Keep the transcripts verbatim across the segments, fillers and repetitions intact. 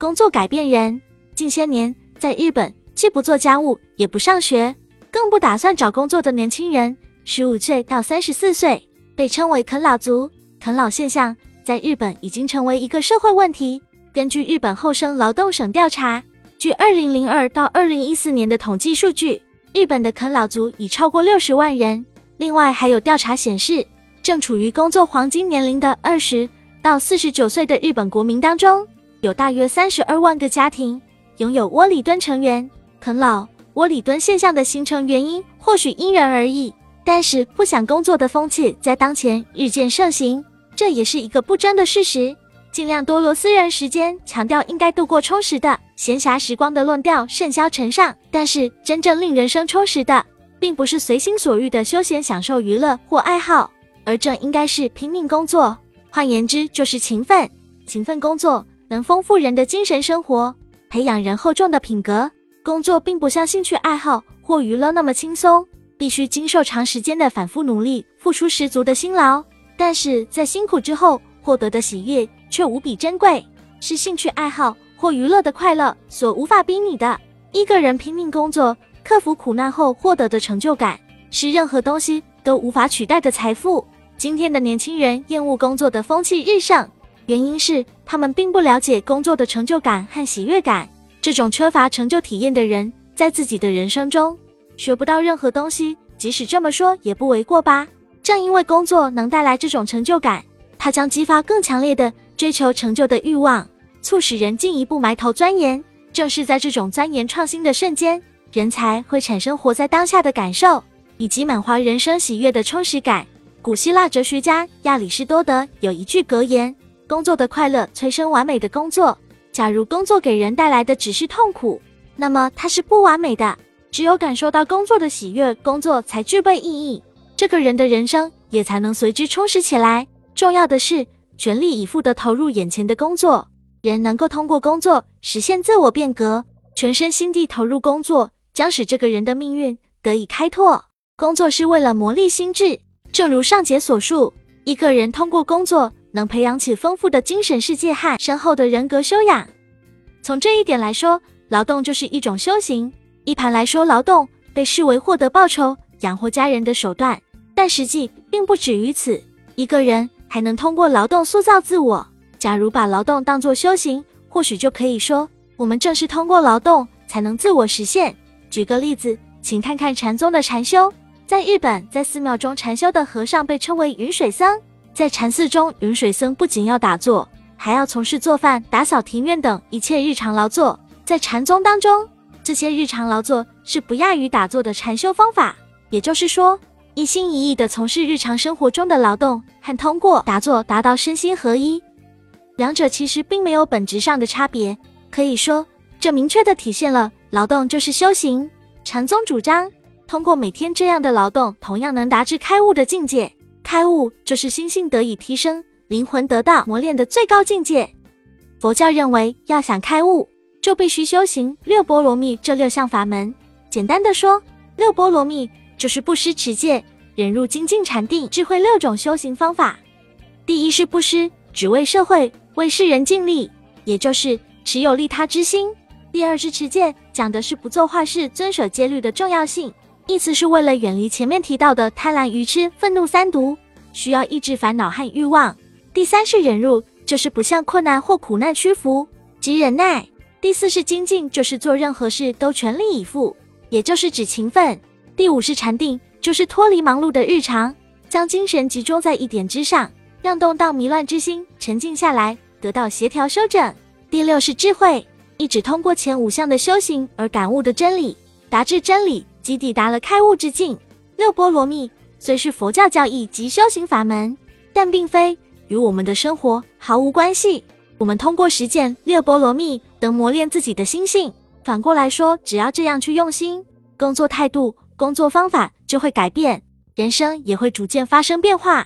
工作改变人。近些年，在日本，既不做家务，也不上学，更不打算找工作的年轻人，十五岁到三十四岁，被称为啃老族。啃老现象在日本已经成为一个社会问题。根据日本厚生劳动省调查，据二零零二到二零一四年的统计数据，日本的啃老族已超过六十万人。另外还有调查显示，正处于工作黄金年龄的二十到四十九岁的日本国民当中，有大约三十二万个家庭拥有窝里蹲成员。啃老、窝里蹲现象的形成原因或许因人而异，但是不想工作的风气在当前日渐盛行，这也是一个不争的事实。尽量多留私人时间，强调应该度过充实的闲暇时光的论调甚嚣尘上，但是真正令人生充实的，并不是随心所欲的休闲享受娱乐或爱好，而正应该是拼命工作。换言之，就是勤奋。勤奋工作能丰富人的精神生活，培养人厚重的品格。工作并不像兴趣爱好或娱乐那么轻松，必须经受长时间的反复努力，付出十足的辛劳。但是在辛苦之后获得的喜悦却无比珍贵，是兴趣爱好或娱乐的快乐所无法比拟的。一个人拼命工作，克服苦难后获得的成就感，是任何东西都无法取代的财富。今天的年轻人厌恶工作的风气日盛，原因是他们并不了解工作的成就感和喜悦感。这种缺乏成就体验的人，在自己的人生中学不到任何东西，即使这么说也不为过吧。正因为工作能带来这种成就感，它将激发更强烈的追求成就的欲望，促使人进一步埋头钻研。正是在这种钻研创新的瞬间，人才会产生活在当下的感受，以及满怀人生喜悦的充实感。古希腊哲学家亚里士多德有一句格言：工作的快乐催生完美的工作。假如工作给人带来的只是痛苦，那么它是不完美的。只有感受到工作的喜悦，工作才具备意义，这个人的人生也才能随之充实起来。重要的是全力以赴地投入眼前的工作，人能够通过工作实现自我变革，全身心地投入工作，将使这个人的命运得以开拓。工作是为了磨砺心智，正如上节所述，一个人通过工作能培养起丰富的精神世界和深厚的人格修养。从这一点来说，劳动就是一种修行。一盘来说，劳动被视为获得报酬、养活家人的手段，但实际并不止于此。一个人还能通过劳动塑造自我。假如把劳动当作修行，或许就可以说，我们正是通过劳动才能自我实现。举个例子，请看看禅宗的禅修。在日本，在寺庙中禅修的和尚被称为云水僧。在禅寺中，云水僧不仅要打坐，还要从事做饭、打扫庭院等一切日常劳作。在禅宗当中，这些日常劳作是不亚于打坐的禅修方法。也就是说，一心一意地从事日常生活中的劳动，和通过打坐达到身心合一，两者其实并没有本质上的差别。可以说，这明确地体现了劳动就是修行。禅宗主张，通过每天这样的劳动，同样能达至开悟的境界。开悟就是心性得以提升，灵魂得到磨练的最高境界。佛教认为，要想开悟，就必须修行六波罗蜜这六项法门。简单的说，六波罗蜜就是布施、持戒、忍辱、精进、禅定、智慧六种修行方法。第一是布施，只为社会、为世人尽力，也就是持有利他之心。第二是持戒，讲的是不做坏事、遵守戒律的重要性，意思是为了远离前面提到的贪婪、愚痴、愤怒三毒，需要抑制烦恼和欲望。第三是忍辱，就是不向困难或苦难屈服，即忍耐。第四是精进，就是做任何事都全力以赴，也就是指勤奋。第五是禅定，就是脱离忙碌的日常，将精神集中在一点之上，让动荡迷乱之心沉静下来，得到协调修正。第六是智慧，一指通过前五项的修行而感悟的真理，达至真理即抵达了开悟之境。六波罗蜜虽是佛教教义及修行法门，但并非与我们的生活毫无关系。我们通过实践六波罗蜜能磨练自己的心性。反过来说，只要这样去用心，工作态度、工作方法就会改变，人生也会逐渐发生变化。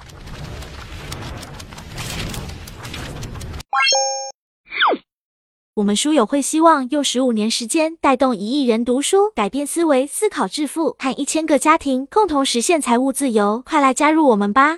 我们书友会希望用十五年时间带动一亿人读书，改变思维，思考致富，和一千个家庭共同实现财务自由。快来加入我们吧！